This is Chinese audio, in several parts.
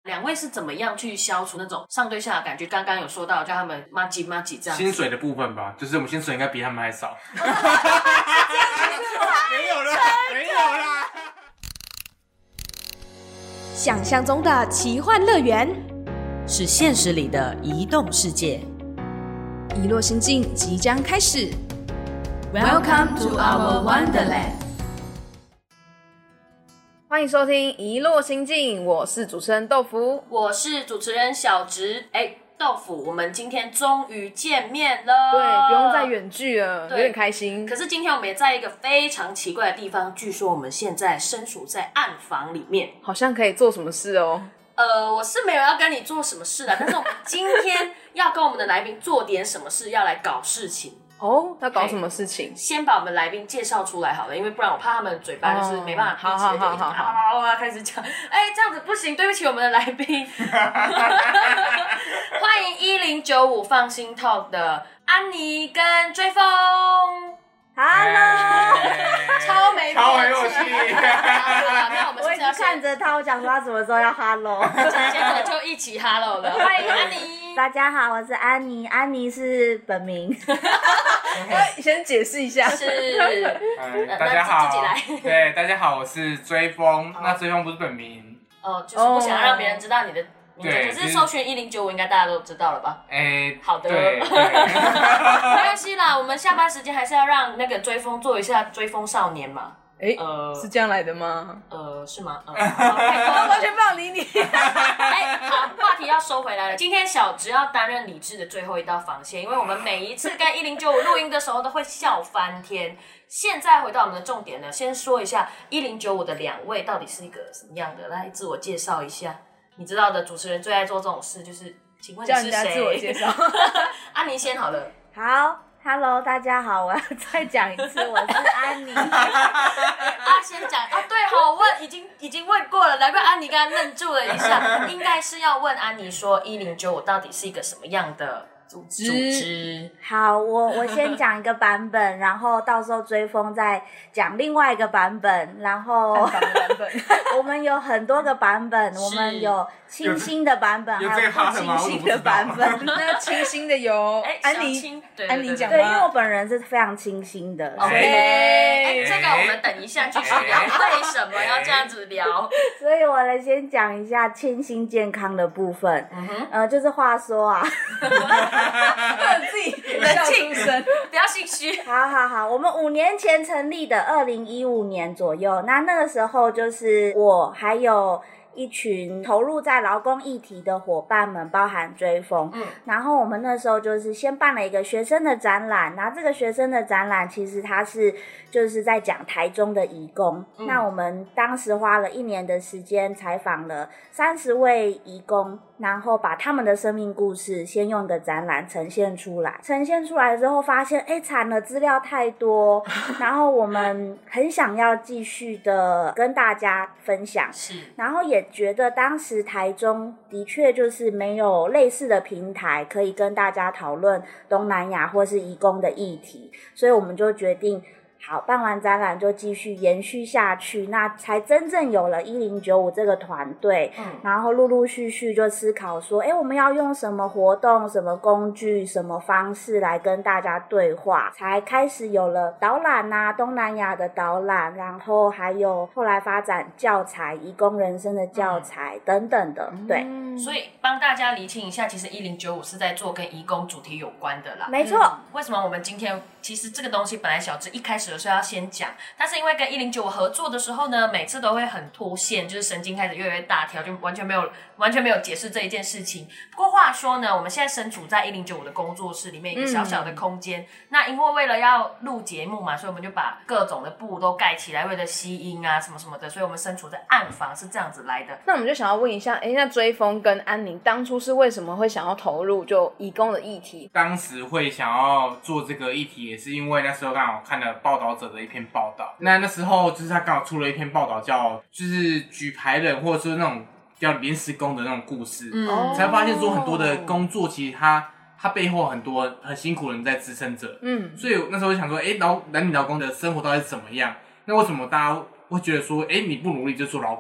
两位是怎么样去消除那种上对下的感觉？刚刚有说到叫他们麻吉麻吉这样子。 薪水的部分吧，就是我们薪水应该比他们还少。没有啦，没有啦。 想象中的奇幻乐园， 是现实里的移动世界。 遗落心境即将开始。 Welcome to our Wonderland。 欢迎收听《遗落心境》，我是主持人豆腐， 我是主持人小植。豆腐，我们今天终于见面了。 对，不用再远距了，有点开心。 可是今天我们也在一个非常奇怪的地方，据说我们现在身处在暗房里面， 好像可以做什么事哦。 我是没有要跟你做什么事的，但是我们今天要跟我们的来宾做点什么事，要来搞事情。 哦，要搞什么事情？ 先把我们来宾介绍出来好了，因为不然我怕他们嘴巴就是没办法闭起来，就一直要开始讲。这样子不行，对不起我们的来宾。欢迎1095放心 Talk 的安妮跟追风。 Hello， 超没默契。 我一直看着他，我想说他什么时候要 Hello， 结果就一起 Hello 了。欢迎安妮。 大家好，我是安妮，安妮是本名。 先解释一下， 是。 大家好， 自己来。 对，大家好，我是追风。那追风不是本名。 就是不想让别人知道你的。 对， 可是搜寻1095应该大家都知道了吧？好的， 对， 没关系啦，我们下班时间还是要让那个追风做一下追风少年嘛。 是这样来的吗？ 是吗？ 我完全不想理你。 好，话题要收回来了。今天小植要担任理智的最后一道防线，因为我们每一次跟1095录音的时候都会笑翻天。现在回到我们的重点呢，先说一下1095的两位到底是一个什么样的，来自我介绍一下。你知道的，主持人最爱做这种事，就是请问你是谁？ 叫人家自我介绍。 安妮先好了。 好 ，Hello， 大家好，我要再讲一次，我是安妮。 先讲对齁，问已经问过了，难怪安妮刚刚愣住了一下，应该是要问安妮说1095到底是一个什么样的组织。 好，我先讲一个版本，然后到时候追风再讲另外一个版本，然后我们有很多个版本，我们有清新的版本，还有不清新的版本。 那清新的有安妮，安妮讲吗？ 对，因为我本人是非常清新的。 这个我们等一下继续聊，为什么要这样子聊？ 所以我来先讲一下清新健康的部分。就是话说啊。 自己冷静声， 不要心虚。 好，我们5年前成立的，2015年左右。那个时候就是我还有一群投入在劳工议题的伙伴们，包含追风。然后我们那时候就是先办了一个学生的展览，然后这个学生的展览其实它是就是在讲台中的移工。那我们当时花了1年的时间采访了30位移工，然后把他们的生命故事先用个展览呈现出来。呈现出来之后发现惨了，资料太多，然后我们很想要继续的跟大家分享。然后也觉得当时台中的确就是没有类似的平台可以跟大家讨论东南亚或是移工的议题，所以我们就决定好，办完展览就继续延续下去，那才真正有了1095这个团队。然后陆陆续续就思考说我们要用什么活动、什么工具、什么方式来跟大家对话，才开始有了导览啊，东南亚的导览，然后还有后来发展教材、移工人生的教材等等的。对， 所以帮大家厘清一下，其实1095是在做跟移工主题有关的啦。 没错。 为什么我们今天其实这个东西本来小植一开始的时候要先讲，但是因为跟1095合作的时候呢，每次都会很脱线，就是神经开始越来越大条，就完全没有解释这一件事情。不过话说呢，我们现在身处在1095的工作室里面一个小小的空间，那因为了要录节目嘛，所以我们就把各种的布都盖起来，为了吸音啊什么什么的，所以我们身处在暗房，是这样子来的。 那我们就想要问一下，那追风跟安宁当初是为什么会想要投入就移工的议题？ 当时会想要做这个议题，也是因为那时候刚好看了报道者的一篇报道。那时候就是他刚好出了一篇报道，叫就是举牌人或者是那种叫临时工的那种故事，才发现说很多的工作其实他背后很多很辛苦的人在支撑着。所以那时候就想说，男女劳工的生活到底是怎么样？那为什么大家会觉得说，你不努力就做劳工？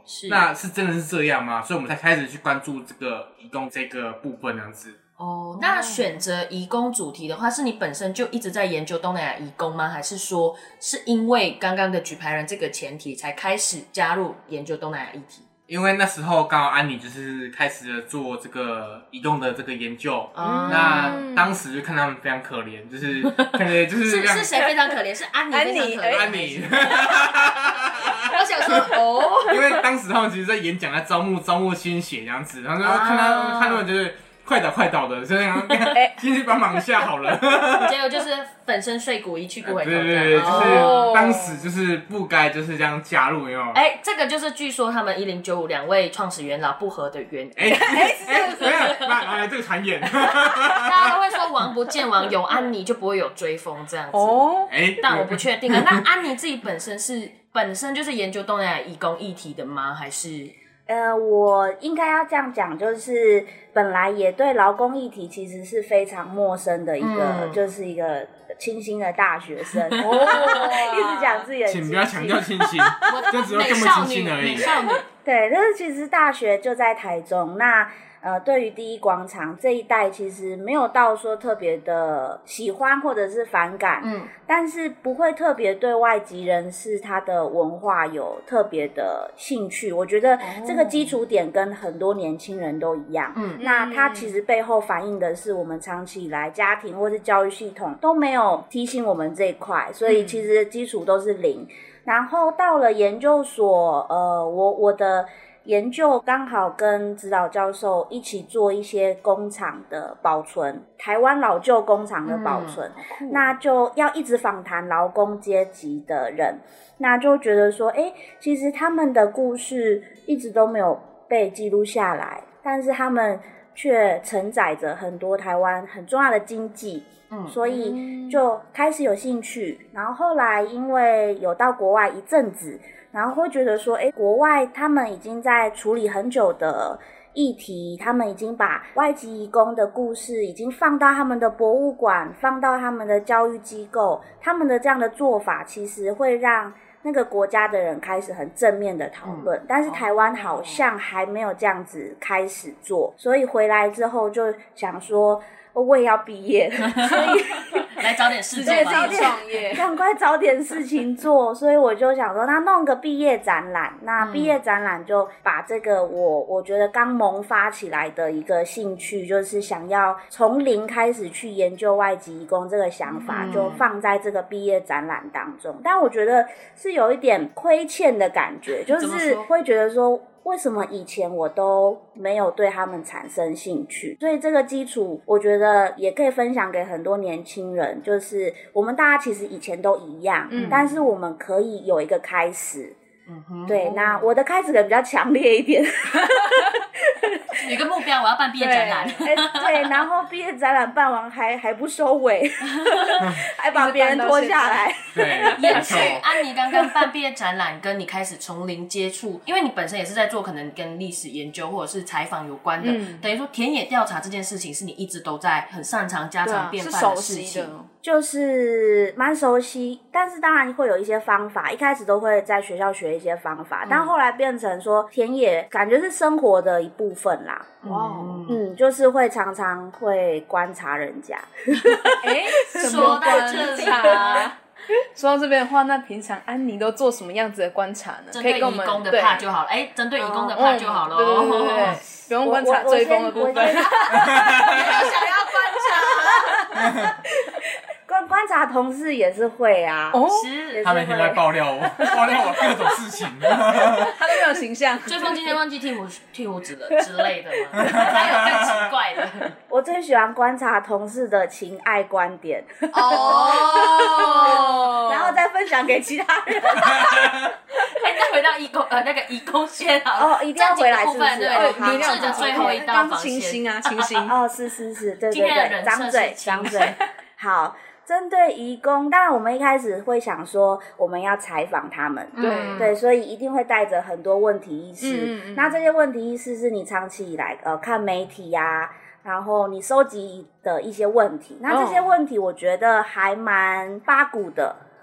是那是真的是这样吗？所以我们才开始去关注这个移工这个部分这样子。 哦，那选择移工主题的话，是你本身就一直在研究东南亚移工吗？还是说是因为刚刚的举牌人这个前提才开始加入研究东南亚议题？ 因为那时候刚好安妮就是开始了做这个移动的这个研究，那当时就看他们非常可怜，就是感觉就是是谁非常可怜？是安妮非常可怜。 安妮， 我想说因为当时他们其实在演讲，在招募新血这样子，然后就看他们就是快倒的，就这样进去帮忙一下好了。 结果就是粉身碎骨，一去不回头。 对，就是当时就是不该就是这样加入，有没有？ 这个就是据说他们1095两位创始元老不合的原因。 来这个传言， 大家都会说王不见王，有安妮就不会有追风这样子。但我不确定啊。那安妮自己本身就是研究东南亚移工议题的吗？还是？ 我应该要这样讲，就是本来也对劳工议题其实是非常陌生的一个，就是一个清新的大学生，一直讲自己的， 请不要强调清新，就只有这么清新而已。 美少女， 对，但是其实大学就在台中，那对于第一广场这一带，其实没有到说特别的喜欢或者是反感，但是不会特别对外籍人士他的文化有特别的兴趣。我觉得这个基础点跟很多年轻人都一样，那它其实背后反映的是我们长期以来家庭或是教育系统都没有提醒我们这一块，所以其实基础都是零。然后到了研究所，我的研究刚好跟指导教授一起做一些工厂的保存，台湾老旧工厂的保存，那就要一直访谈劳工阶级的人，那就觉得说，其实他们的故事一直都没有被记录下来，但是他们却承载着很多台湾很重要的经济，所以就开始有兴趣，然后后来因为有到国外一阵子，然后会觉得说，国外他们已经在处理很久的议题，他们已经把外籍移工的故事已经放到他们的博物馆，放到他们的教育机构，他们的这样的做法其实会让那个国家的人开始很正面的讨论，但是台湾好像还没有这样子开始做，所以回来之后就想说我也要毕业了，所以来找点事做吧， 创业， 赶快找点事情做，所以我就想说，那弄个毕业展览，那毕业展览就把这个我觉得刚萌发起来的一个兴趣，就是想要从零开始去研究外籍移工这个想法，就放在这个毕业展览当中。但我觉得是有一点亏欠的感觉，就是会觉得说，为什么以前我都没有对他们产生兴趣？所以这个基础我觉得也可以分享给很多年轻人，就是我们大家其实以前都一样，但是我们可以有一个开始。对，那我的开始可能比较强烈一点， 有一个目标，我要办毕业展览。 对，然后毕业展览办完还不收尾，还把别人拖下来。 对， 延续安妮刚刚办毕业展览，跟你开始从零接触，因为你本身也是在做可能跟历史研究或者是采访有关的，等于说田野调查这件事情是你一直都在很擅长家常便饭的事情。 就是蛮熟悉，但是当然会有一些方法，一开始都会在学校学一些方法，但后来变成说田野感觉是生活的一部分啦。就是会常常会观察人家。 说到这里说到这边的话，那平常安妮都做什么样子的观察呢？ 针对移工的怕就好了，针对移工的怕就好了。 对，不用观察追风的部分。 没有想要观察。 观察同事也是会啊， 是他每天在爆料我各种事情， 他都没有形象。 追风今天忘记剃胡子了之类的吗？还有更奇怪的。 我最喜欢观察同事的情爱观点，然后再分享给其他人。 再回到移工那个移工先好， 一定要回来是不是？ 理智的最后一道防线。 清新啊，清新。 是，对， 今天的人张嘴。好。针对移工，当然我们一开始会想说我们要采访他们，对，所以一定会带着很多问题意识。那这些问题意识是你长期以来看媒体啊，然后你收集的一些问题。那这些问题我觉得还蛮八股的，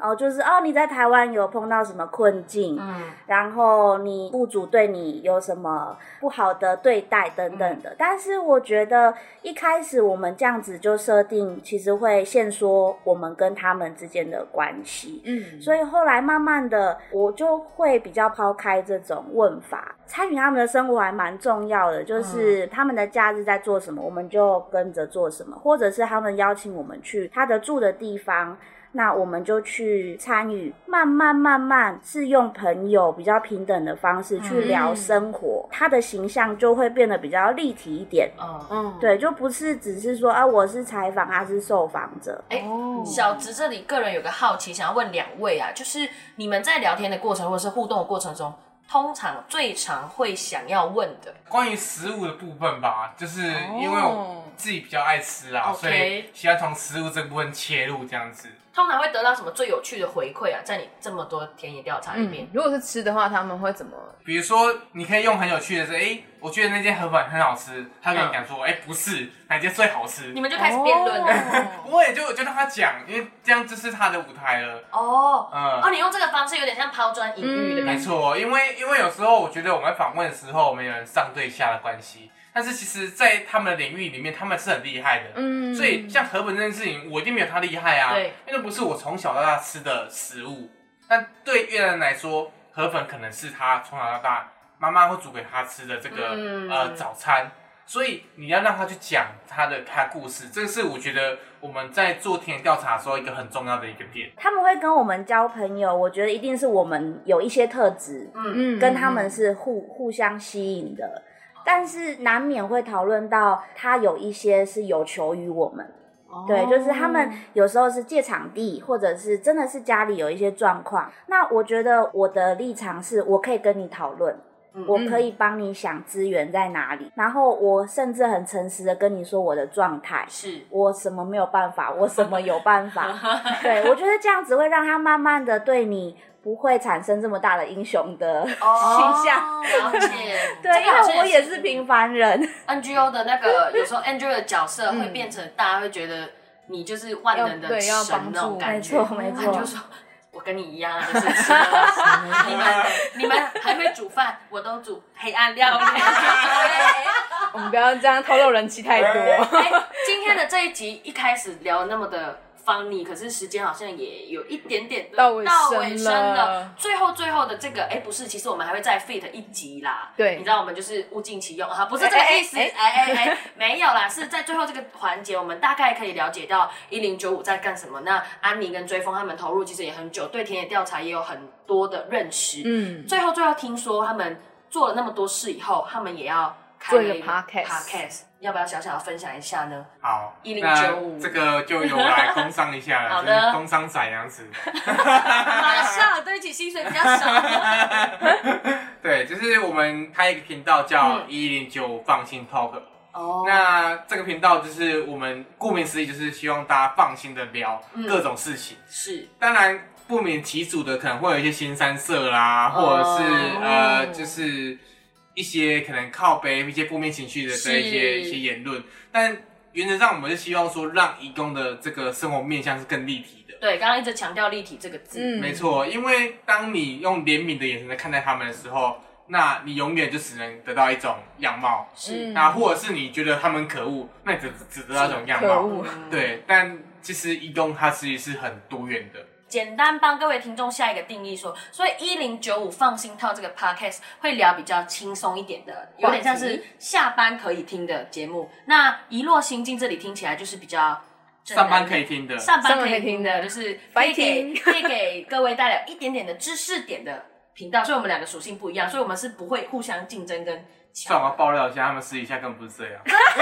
就是你在台湾有碰到什么困境，然后你雇主对你有什么不好的对待等等的。但是我觉得一开始我们这样子就设定，其实会限缩我们跟他们之间的关系。所以后来慢慢的，我就会比较抛开这种问法，参与他们的生活还蛮重要的，就是他们的假日在做什么，我们就跟着做什么，或者是他们邀请我们去他的住的地方，那我们就去参与，慢慢是用朋友比较平等的方式去聊生活，他的形象就会变得比较立体一点。对，就不是只是说我是采访，他是受访者。 小植这里个人有个好奇，想要问2位啊，就是你们在聊天的过程或者是互动的过程中，通常最常会想要问的， 关于食物的部分吧，就是因为我自己比较爱吃啊，所以喜欢从食物这部分切入这样子。 通常会得到什么最有趣的回馈啊？在你这么多田野调查里面， 如果是吃的话，他们会怎么？ 比如说，你可以用很有趣的是，我觉得那间河粉很好吃，他跟你讲说，不是，哪间最好吃？ 你们就开始辩论了。 我也就让他讲，因为这样就是他的舞台了。 你用这个方式有点像抛砖引玉的感觉。 没错，因为有时候我觉得我们访问的时候，我们有人上对下的关系。但是其实，在他们的领域里面，他们是很厉害的。所以像河粉这件事情，我一定没有他厉害啊。 对， 因为不是我从小到大吃的食物。但对越南人来说，河粉可能是他从小到大妈妈会煮给他吃的这个早餐。所以你要让他去讲他的故事，这个是我觉得我们在做田野调查的时候一个很重要的一个点。 他们会跟我们交朋友，我觉得一定是我们有一些特质，跟他们是互相吸引的。但是难免会讨论到他有一些是有求于我们。对，就是他们有时候是借场地，或者是真的是家里有一些状况。那我觉得我的立场是我可以跟你讨论，我可以帮你想资源在哪里，然后我甚至很诚实的跟你说我的状态， 是我什么没有办法，我什么有办法。对，我觉得这样子会让他慢慢的对你不会产生这么大的英雄的形象。 了解。 对，因为我也是平凡人。 NGO 的那个有时候 NGO 的角色会变成大家会觉得你就是万能的神那种感觉。 没错。 就说我跟你一样啊，就是吃你们还会煮饭，我都煮黑暗料理。 我们不要这样透露人气太多。 今天的这一集一开始聊那么的funny，可是时间好像也有一点点的到尾声了。最后的这个，不是，其实我们还会再 fit 一集啦。对，你知道我们就是物尽其用啊，不是这个意思。没有啦，是在最后这个环节，我们大概可以了解到1095在干什么。那安妮跟追风他们投入其实也很久，对田野调查也有很多的认识。最后听说他们做了那么多事以后，他们也要开了一个 podcast。要不要小小的分享一下呢？ 好 ，1095， 这个就由我来工商一下了， 好的， 工商仔这样子。 马上，对不起，薪水比较少。 对，就是我们开一个频道叫1095放心 Talk。那这个频道就是我们顾名思义，就是希望大家放心的聊各种事情。 是， 当然不免其主的可能会有一些新三色啦，或者是就是一些可能靠北一些负面情绪的一些言论，但原则上我们是希望说让移工的这个生活面向是更立体的。 对，刚刚一直强调立体这个字。 没错，因为当你用怜悯的眼神在看待他们的时候，那你永远就只能得到一种样貌。是，那或者是你觉得他们可恶，那你只得到一种样貌。对，但其实移工它其实是很多元的。 简单帮各位听众下一个定义说，所以1095放心套这个 podcast 会聊比较轻松一点的，有点像是下班可以听的节目。那遗落心境这里听起来就是比较上班可以听的， 上班可以听的，就是可以给各位带来一点点的知识点的频道。所以我们两个属性不一样，所以我们是不会互相竞争跟算我要爆料一下，他们私底下根本不是这样。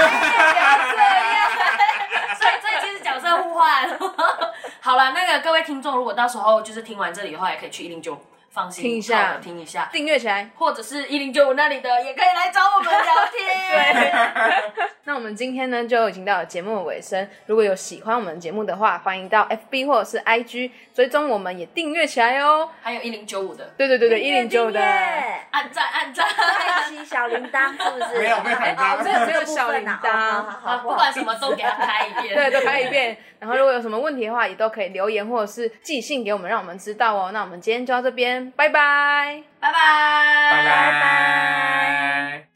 所以这一期是角色互换。好了，那个各位听众，如果到时候就是听完这里的话，也可以去109放心听一下， 订阅起来， 或者是1095那里的也可以来找我们聊天。 对，那我们们今天呢就已经到了节目的尾声，如果有喜欢我们节目的话，欢迎到 FB 或者是 IG 追踪我们，也订阅起来哦。 还有1095的， 对1095的按赞， 开启小铃铛是不是？ 没有喊到， 没有小铃铛好， 不管什么都给他开一遍， 对，都开一遍。然后如果有什么问题的话，也都可以留言或者是寄信给我们，让我们知道哦。那我们今天就到这边，拜拜， 拜拜， 拜拜。